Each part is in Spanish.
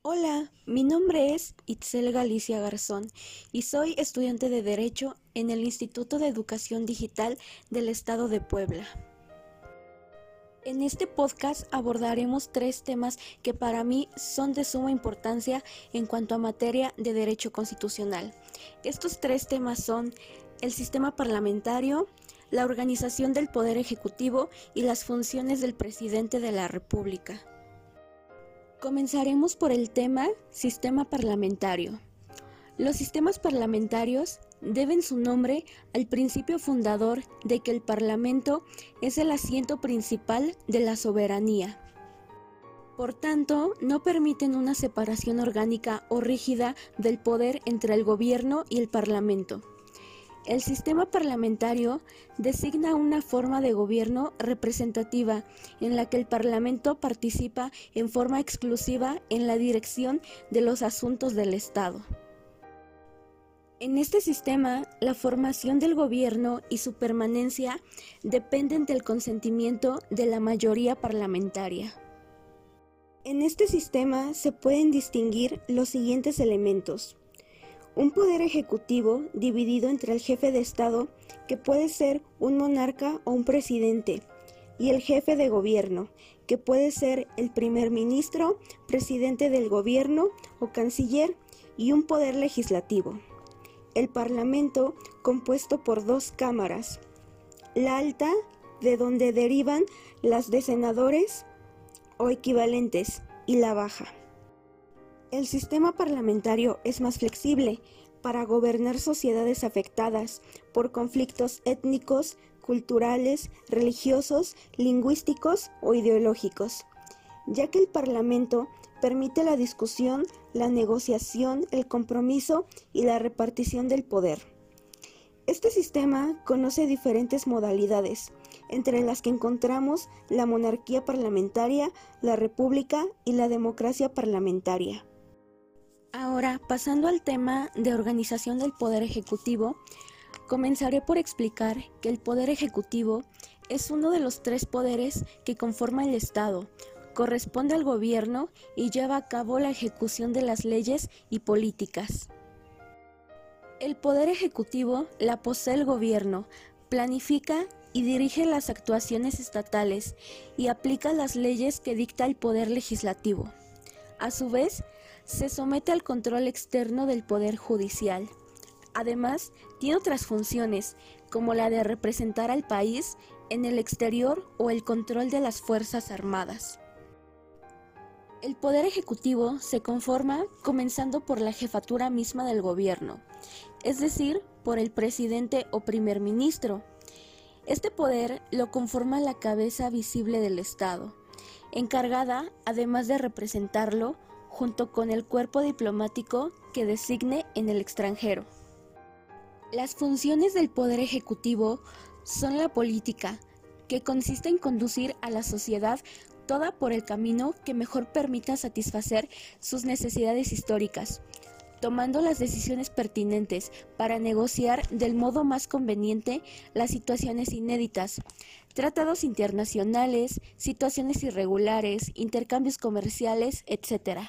Hola, mi nombre es Itzel Galicia Garzón y soy estudiante de Derecho en el Instituto de Educación Digital del Estado de Puebla. En este podcast abordaremos tres temas que para mí son de suma importancia en cuanto a materia de derecho constitucional. Estos tres temas son el sistema parlamentario, la organización del Poder Ejecutivo y las funciones del Presidente de la República. Comenzaremos por el tema sistema parlamentario. Los sistemas parlamentarios deben su nombre al principio fundador de que el Parlamento es el asiento principal de la soberanía. Por tanto, no permiten una separación orgánica o rígida del poder entre el gobierno y el Parlamento. El sistema parlamentario designa una forma de gobierno representativa en la que el Parlamento participa en forma exclusiva en la dirección de los asuntos del Estado. En este sistema, la formación del gobierno y su permanencia dependen del consentimiento de la mayoría parlamentaria. En este sistema se pueden distinguir los siguientes elementos. Un poder ejecutivo dividido entre el jefe de Estado, que puede ser un monarca o un presidente, y el jefe de gobierno, que puede ser el primer ministro, presidente del gobierno o canciller, y un poder legislativo. El Parlamento, compuesto por dos cámaras, la alta, de donde derivan las de senadores o equivalentes, y la baja. El sistema parlamentario es más flexible para gobernar sociedades afectadas por conflictos étnicos, culturales, religiosos, lingüísticos o ideológicos, ya que el Parlamento permite la discusión, la negociación, el compromiso y la repartición del poder. Este sistema conoce diferentes modalidades, entre las que encontramos la monarquía parlamentaria, la república y la democracia parlamentaria. Ahora, pasando al tema de organización del Poder Ejecutivo, comenzaré por explicar que el Poder Ejecutivo es uno de los tres poderes que conforma el Estado, corresponde al gobierno y lleva a cabo la ejecución de las leyes y políticas. El Poder Ejecutivo la posee el gobierno, planifica y dirige las actuaciones estatales y aplica las leyes que dicta el Poder Legislativo. A su vez, se somete al control externo del Poder Judicial. Además, tiene otras funciones, como la de representar al país en el exterior o el control de las Fuerzas Armadas. El Poder Ejecutivo se conforma comenzando por la jefatura misma del gobierno, es decir, por el presidente o primer ministro. Este poder lo conforma la cabeza visible del Estado, encargada, además de representarlo, junto con el cuerpo diplomático que designe en el extranjero. Las funciones del Poder Ejecutivo son la política, que consiste en conducir a la sociedad toda por el camino que mejor permita satisfacer sus necesidades históricas, tomando las decisiones pertinentes para negociar del modo más conveniente las situaciones inéditas, tratados internacionales, situaciones irregulares, intercambios comerciales, etc.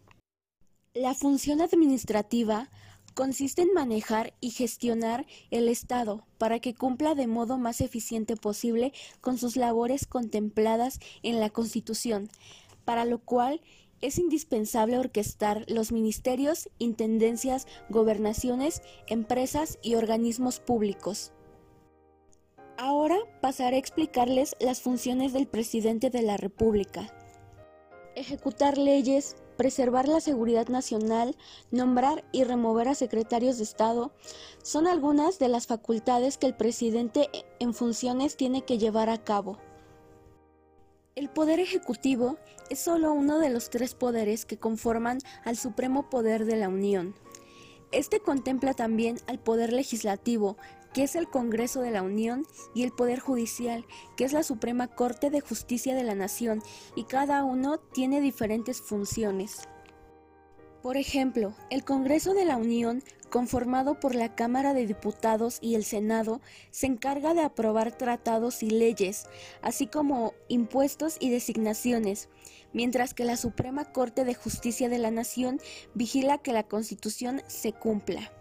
La función administrativa consiste en manejar y gestionar el Estado para que cumpla de modo más eficiente posible con sus labores contempladas en la Constitución, para lo cual es indispensable orquestar los ministerios, intendencias, gobernaciones, empresas y organismos públicos. Ahora pasaré a explicarles las funciones del presidente de la República. Ejecutar leyes, preservar la seguridad nacional, nombrar y remover a secretarios de Estado, son algunas de las facultades que el presidente en funciones tiene que llevar a cabo. El Poder Ejecutivo es solo uno de los tres poderes que conforman al Supremo Poder de la Unión. Este contempla también al Poder Legislativo, que es el Congreso de la Unión, y el Poder Judicial, que es la Suprema Corte de Justicia de la Nación, y cada uno tiene diferentes funciones. Por ejemplo, el Congreso de la Unión, conformado por la Cámara de Diputados y el Senado, se encarga de aprobar tratados y leyes, así como impuestos y designaciones, mientras que la Suprema Corte de Justicia de la Nación vigila que la Constitución se cumpla.